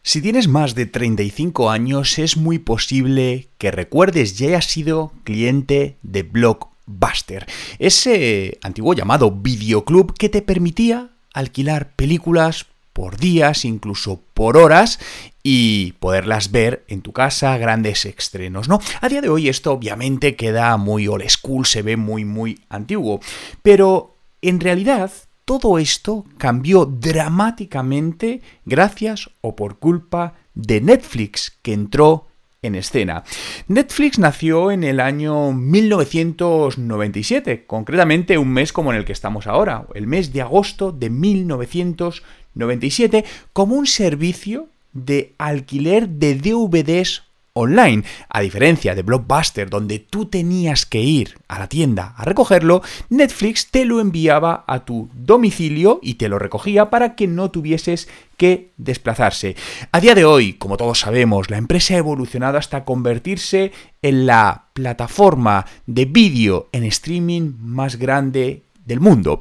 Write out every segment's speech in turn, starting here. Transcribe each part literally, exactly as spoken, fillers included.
Si tienes más de treinta y cinco años, es muy posible que recuerdes ya hayas sido cliente de Blockbuster, ese antiguo llamado videoclub que te permitía alquilar películas por días, incluso por horas, y poderlas ver en tu casa, grandes estrenos, ¿no? A día de hoy esto obviamente queda muy old school, se ve muy, muy antiguo, pero en realidad todo esto cambió dramáticamente gracias o por culpa de Netflix, que entró en escena. Netflix nació en el año mil novecientos noventa y siete, concretamente un mes como en el que estamos ahora, el mes de agosto de mil novecientos noventa y siete, como un servicio de alquiler de D V Ds online. A diferencia de Blockbuster, donde tú tenías que ir a la tienda a recogerlo, Netflix te lo enviaba a tu domicilio y te lo recogía para que no tuvieses que desplazarse. A día de hoy, como todos sabemos, la empresa ha evolucionado hasta convertirse en la plataforma de vídeo en streaming más grande del mundo.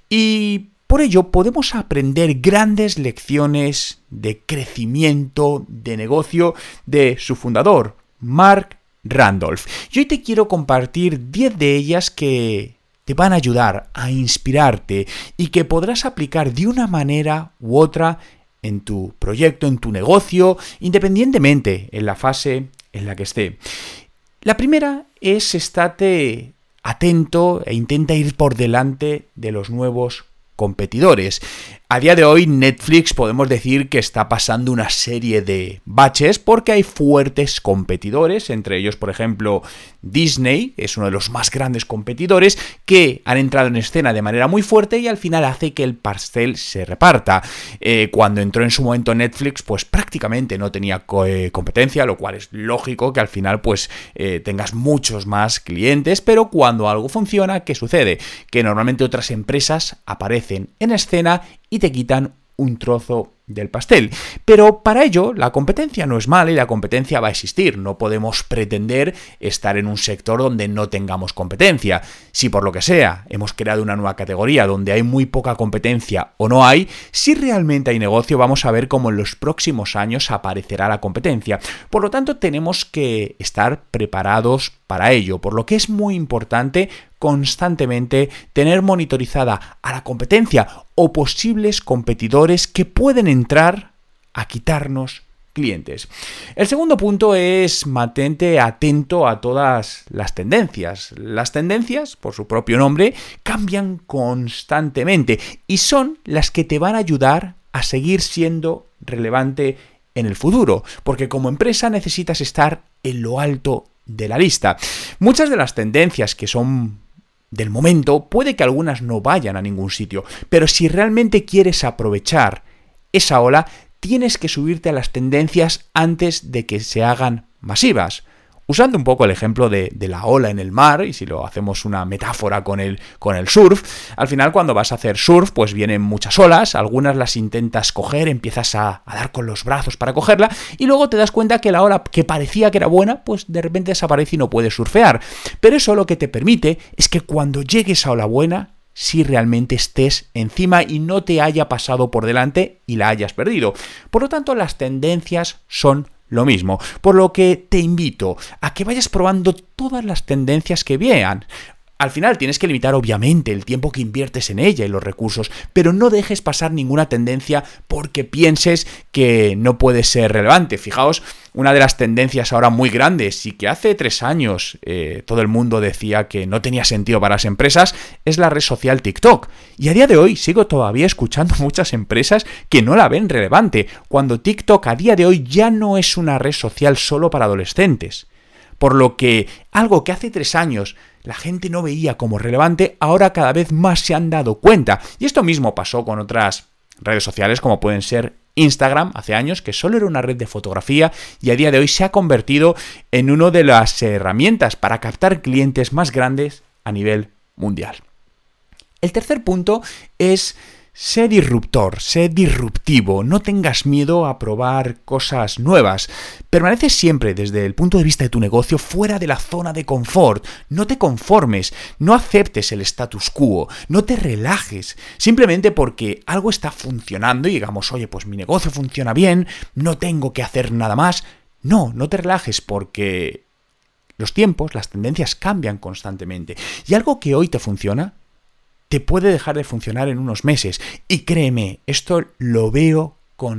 Y por ello podemos aprender grandes lecciones de crecimiento, de negocio de su fundador, Marc Randolph. Y hoy te quiero compartir diez de ellas que te van a ayudar a inspirarte y que podrás aplicar de una manera u otra en tu proyecto, en tu negocio, independientemente en la fase en la que esté. La primera es estate atento e intenta ir por delante de los nuevos competidores. A día de hoy Netflix podemos decir que está pasando una serie de baches porque hay fuertes competidores, entre ellos por ejemplo Disney, es uno de los más grandes competidores que han entrado en escena de manera muy fuerte y al final hace que el pastel se reparta. Eh, cuando entró en su momento Netflix pues prácticamente no tenía co- eh, competencia, lo cual es lógico que al final pues eh, tengas muchos más clientes, pero cuando algo funciona, ¿qué sucede? Que normalmente otras empresas aparecen en escena y te quitan un trozo del pastel. Pero para ello la competencia no es mala y la competencia va a existir. No podemos pretender estar en un sector donde no tengamos competencia. Si por lo que sea hemos creado una nueva categoría donde hay muy poca competencia o no hay, si realmente hay negocio vamos a ver cómo en los próximos años aparecerá la competencia. Por lo tanto tenemos que estar preparados para ello, por lo que es muy importante constantemente tener monitorizada a la competencia o posibles competidores que pueden entrar a quitarnos clientes. El segundo punto es mantente atento a todas las tendencias. Las tendencias, por su propio nombre, cambian constantemente y son las que te van a ayudar a seguir siendo relevante en el futuro, porque como empresa necesitas estar en lo alto de la lista. Muchas de las tendencias que son del momento, puede que algunas no vayan a ningún sitio, pero si realmente quieres aprovechar esa ola, tienes que subirte a las tendencias antes de que se hagan masivas. Usando un poco el ejemplo de, de la ola en el mar, y si lo hacemos una metáfora con el, con el surf, al final cuando vas a hacer surf, pues vienen muchas olas, algunas las intentas coger, empiezas a, a dar con los brazos para cogerla, y luego te das cuenta que la ola que parecía que era buena, pues de repente desaparece y no puedes surfear. Pero eso lo que te permite es que cuando llegue esa ola buena, si realmente estés encima y no te haya pasado por delante y la hayas perdido. Por lo tanto, las tendencias son lo mismo, por lo que te invito a que vayas probando todas las tendencias que vean. Al final tienes que limitar obviamente el tiempo que inviertes en ella y los recursos, pero no dejes pasar ninguna tendencia porque pienses que no puede ser relevante. Fijaos, una de las tendencias ahora muy grandes y que hace tres años eh, todo el mundo decía que no tenía sentido para las empresas es la red social TikTok. Y a día de hoy sigo todavía escuchando muchas empresas que no la ven relevante, cuando TikTok a día de hoy ya no es una red social solo para adolescentes. Por lo que algo que hace tres años la gente no veía como relevante, ahora cada vez más se han dado cuenta. Y esto mismo pasó con otras redes sociales como pueden ser Instagram hace años, que solo era una red de fotografía y a día de hoy se ha convertido en una de las herramientas para captar clientes más grandes a nivel mundial. El tercer punto es Sé disruptor, sé disruptivo, no tengas miedo a probar cosas nuevas. Permanece siempre desde el punto de vista de tu negocio fuera de la zona de confort. No te conformes, no aceptes el status quo, no te relajes. Simplemente porque algo está funcionando y digamos, oye, pues mi negocio funciona bien, no tengo que hacer nada más. No, no te relajes porque los tiempos, las tendencias cambian constantemente. Y algo que hoy te funciona, te puede dejar de funcionar en unos meses. Y créeme, esto lo veo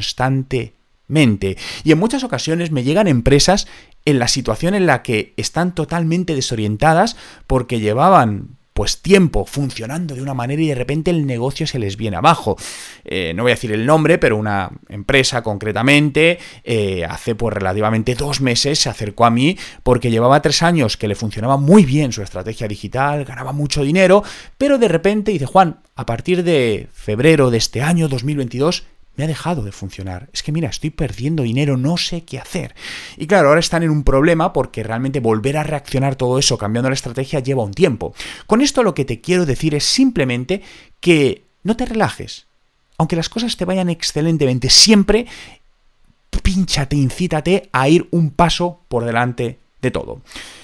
constantemente. Y en muchas ocasiones me llegan empresas en la situación en la que están totalmente desorientadas porque llevaban pues tiempo funcionando de una manera y de repente el negocio se les viene abajo. Eh, no voy a decir el nombre, pero una empresa concretamente eh, hace pues relativamente dos meses se acercó a mí porque llevaba tres años que le funcionaba muy bien su estrategia digital, ganaba mucho dinero, pero de repente dice, Juan, a partir de febrero de este año dos mil veintidós me ha dejado de funcionar. Es que mira, estoy perdiendo dinero, no sé qué hacer. Y claro, ahora están en un problema porque realmente volver a reaccionar todo eso cambiando la estrategia lleva un tiempo. Con esto lo que te quiero decir es simplemente que no te relajes. Aunque las cosas te vayan excelentemente, siempre pínchate, incítate a ir un paso por delante de todo.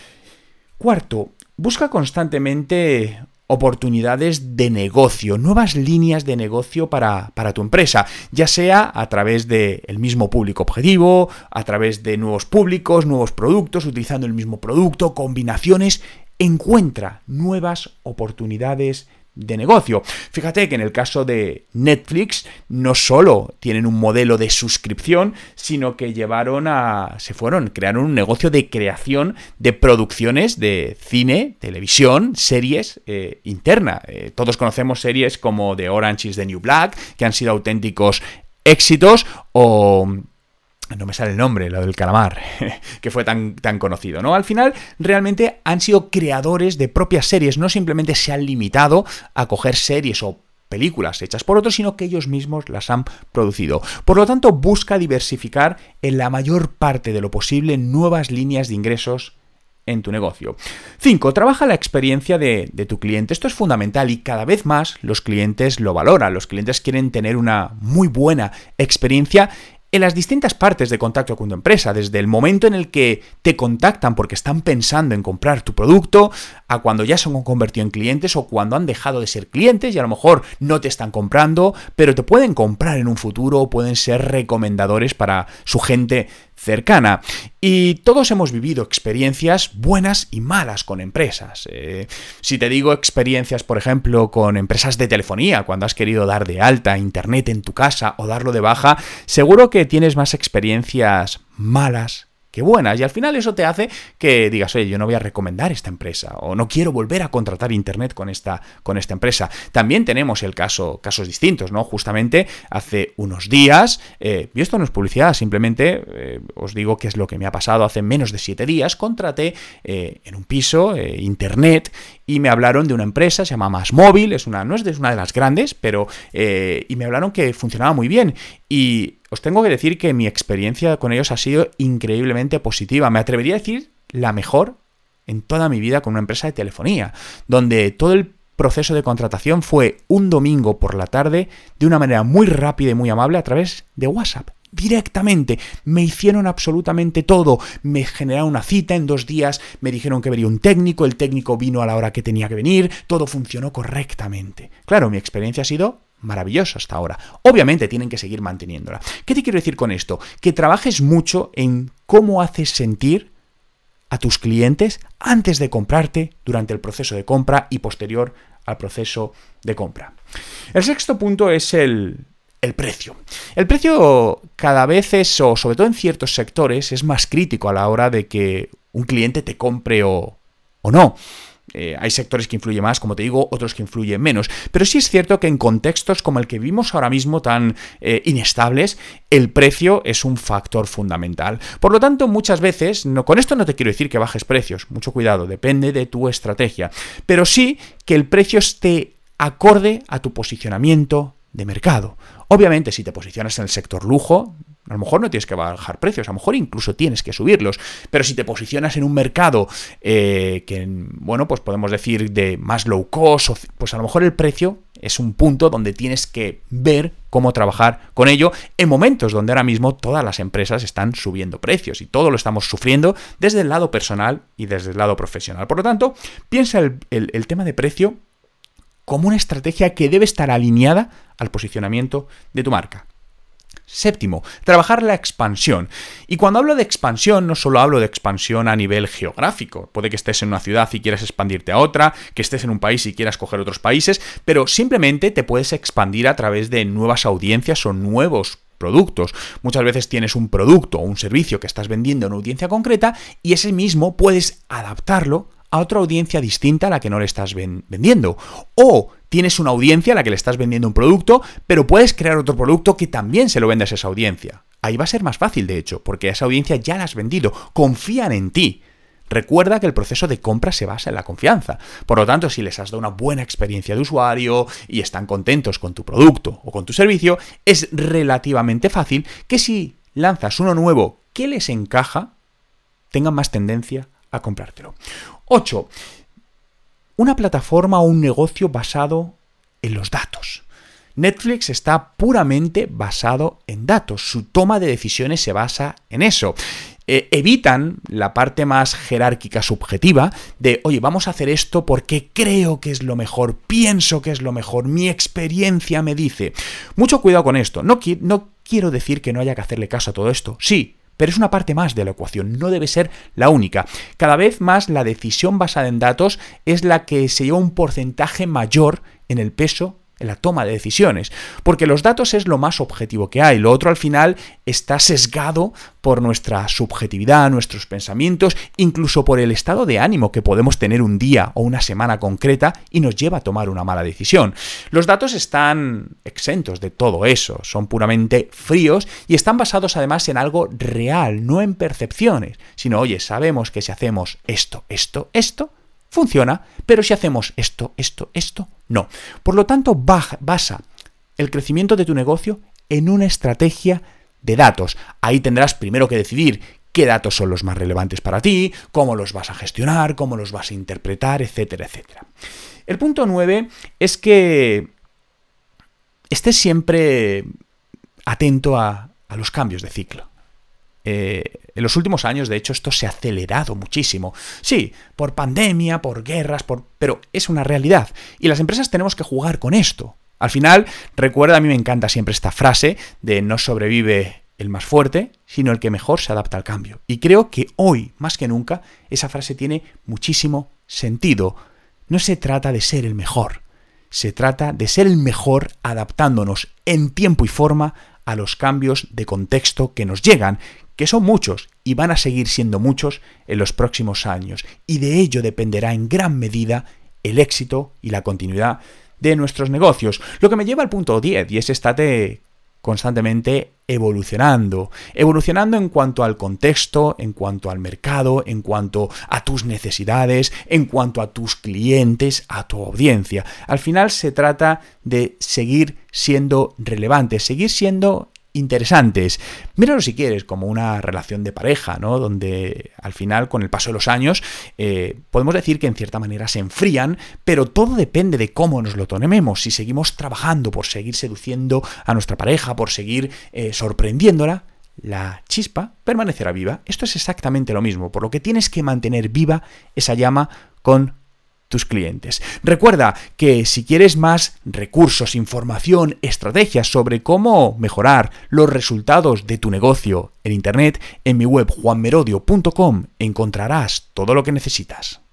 Cuarto, busca constantemente oportunidades de negocio, nuevas líneas de negocio para, para tu empresa, ya sea a través del mismo público objetivo, a través de nuevos públicos, nuevos productos, utilizando el mismo producto, combinaciones. Encuentra nuevas oportunidades de negocio. Fíjate que en el caso de Netflix no solo tienen un modelo de suscripción, sino que llevaron a... se fueron, crearon un negocio de creación de producciones de cine, televisión, series eh, interna. Eh, todos conocemos series como The Orange is the New Black, que han sido auténticos éxitos, o... no me sale el nombre, lo del calamar, que fue tan, tan conocido, ¿no? Al final, realmente han sido creadores de propias series, no simplemente se han limitado a coger series o películas hechas por otros, sino que ellos mismos las han producido. Por lo tanto, busca diversificar en la mayor parte de lo posible nuevas líneas de ingresos en tu negocio. cinco. Trabaja la experiencia de, de tu cliente. Esto es fundamental y cada vez más los clientes lo valoran. Los clientes quieren tener una muy buena experiencia en las distintas partes de contacto con tu empresa, desde el momento en el que te contactan porque están pensando en comprar tu producto, a cuando ya se han convertido en clientes o cuando han dejado de ser clientes y a lo mejor no te están comprando, pero te pueden comprar en un futuro o pueden ser recomendadores para su gente cercana. Y todos hemos vivido experiencias buenas y malas con empresas. Eh, si te digo experiencias, por ejemplo, con empresas de telefonía, cuando has querido dar de alta internet en tu casa o darlo de baja, seguro que tienes más experiencias malas que buenas, y al final eso te hace que digas, oye, yo no voy a recomendar esta empresa, o no quiero volver a contratar internet con esta, con esta empresa. También tenemos el caso, casos distintos, ¿no? Justamente hace unos días, eh, y esto no es publicidad, simplemente eh, os digo qué es lo que me ha pasado. Hace menos de siete días contraté eh, en un piso eh, internet, y me hablaron de una empresa, se llama MásMóvil, es una, no es, de, es una de las grandes, pero eh, y me hablaron que funcionaba muy bien, y os tengo que decir que mi experiencia con ellos ha sido increíblemente positiva. Me atrevería a decir la mejor en toda mi vida con una empresa de telefonía, donde todo el proceso de contratación fue un domingo por la tarde de una manera muy rápida y muy amable a través de WhatsApp. Directamente, me hicieron absolutamente todo, me generaron una cita en dos días, me dijeron que venía un técnico, el técnico vino a la hora que tenía que venir, todo funcionó correctamente. Claro, mi experiencia ha sido maravillosa hasta ahora. Obviamente tienen que seguir manteniéndola. ¿Qué te quiero decir con esto? Que trabajes mucho en cómo haces sentir a tus clientes antes de comprarte, durante el proceso de compra y posterior al proceso de compra. El sexto punto es el... El precio. El precio cada vez es, o sobre todo en ciertos sectores, es más crítico a la hora de que un cliente te compre o, o no. Eh, hay sectores que influyen más, como te digo, otros que influyen menos. Pero sí es cierto que en contextos como el que vivimos ahora mismo, tan eh, inestables, el precio es un factor fundamental. Por lo tanto, muchas veces, no, con esto no te quiero decir que bajes precios, mucho cuidado, depende de tu estrategia. Pero sí que el precio esté acorde a tu posicionamiento de mercado. Obviamente, si te posicionas en el sector lujo, a lo mejor no tienes que bajar precios, a lo mejor incluso tienes que subirlos, pero si te posicionas en un mercado eh, que, bueno, pues podemos decir de más low cost, pues a lo mejor el precio es un punto donde tienes que ver cómo trabajar con ello en momentos donde ahora mismo todas las empresas están subiendo precios y todo lo estamos sufriendo desde el lado personal y desde el lado profesional. Por lo tanto, piensa el, el, el tema de precio como una estrategia que debe estar alineada al posicionamiento de tu marca. Séptimo, trabajar la expansión. Y cuando hablo de expansión, no solo hablo de expansión a nivel geográfico. Puede que estés en una ciudad y quieras expandirte a otra, que estés en un país y quieras coger otros países, pero simplemente te puedes expandir a través de nuevas audiencias o nuevos productos. Muchas veces tienes un producto o un servicio que estás vendiendo a una audiencia concreta y ese mismo puedes adaptarlo a otra audiencia distinta a la que no le estás ven- vendiendo. O tienes una audiencia a la que le estás vendiendo un producto, pero puedes crear otro producto que también se lo vendas a esa audiencia. Ahí va a ser más fácil, de hecho, porque a esa audiencia ya la has vendido. Confían en ti. Recuerda que el proceso de compra se basa en la confianza. Por lo tanto, si les has dado una buena experiencia de usuario y están contentos con tu producto o con tu servicio, es relativamente fácil que si lanzas uno nuevo que les encaja, tengan más tendencia a comprártelo. ocho. Una plataforma o un negocio basado en los datos. Netflix está puramente basado en datos. Su toma de decisiones se basa en eso. Eh, evitan la parte más jerárquica subjetiva de, oye, vamos a hacer esto porque creo que es lo mejor, pienso que es lo mejor, mi experiencia me dice. Mucho cuidado con esto. No, qui- no quiero decir que no haya que hacerle caso a todo esto. Sí, pero es una parte más de la ecuación, no debe ser la única. Cada vez más la decisión basada en datos es la que se lleva un porcentaje mayor en el peso en la toma de decisiones, porque los datos es lo más objetivo que hay, lo otro al final está sesgado por nuestra subjetividad, nuestros pensamientos, incluso por el estado de ánimo que podemos tener un día o una semana concreta y nos lleva a tomar una mala decisión. Los datos están exentos de todo eso, son puramente fríos y están basados además en algo real, no en percepciones, sino, oye, sabemos que si hacemos esto, esto, esto, funciona, pero si hacemos esto, esto, esto, no. Por lo tanto, baja, basa el crecimiento de tu negocio en una estrategia de datos. Ahí tendrás primero que decidir qué datos son los más relevantes para ti, cómo los vas a gestionar, cómo los vas a interpretar, etcétera, etcétera. El punto nueve es que estés siempre atento a, a los cambios de ciclo. Eh, en los últimos años, de hecho, esto se ha acelerado muchísimo. Sí, por pandemia, por guerras, por... pero es una realidad. Y las empresas tenemos que jugar con esto. Al final, recuerda, a mí me encanta siempre esta frase de no sobrevive el más fuerte, sino el que mejor se adapta al cambio. Y creo que hoy, más que nunca, esa frase tiene muchísimo sentido. No se trata de ser el mejor. Se trata de ser el mejor adaptándonos en tiempo y forma a los cambios de contexto que nos llegan, que son muchos y van a seguir siendo muchos en los próximos años. Y de ello dependerá en gran medida el éxito y la continuidad de nuestros negocios. Lo que me lleva al punto diez, y es estate constantemente evolucionando. Evolucionando en cuanto al contexto, en cuanto al mercado, en cuanto a tus necesidades, en cuanto a tus clientes, a tu audiencia. Al final se trata de seguir siendo relevantes, seguir siendo interesantes. Míralo si quieres como una relación de pareja, ¿no? Donde al final, con el paso de los años, eh, podemos decir que en cierta manera se enfrían, pero todo depende de cómo nos lo tomemos. Si seguimos trabajando por seguir seduciendo a nuestra pareja, por seguir eh, sorprendiéndola, la chispa permanecerá viva. Esto es exactamente lo mismo, por lo que tienes que mantener viva esa llama con tus clientes. Recuerda que si quieres más recursos, información, estrategias sobre cómo mejorar los resultados de tu negocio en Internet, en mi web juan merodio punto com encontrarás todo lo que necesitas.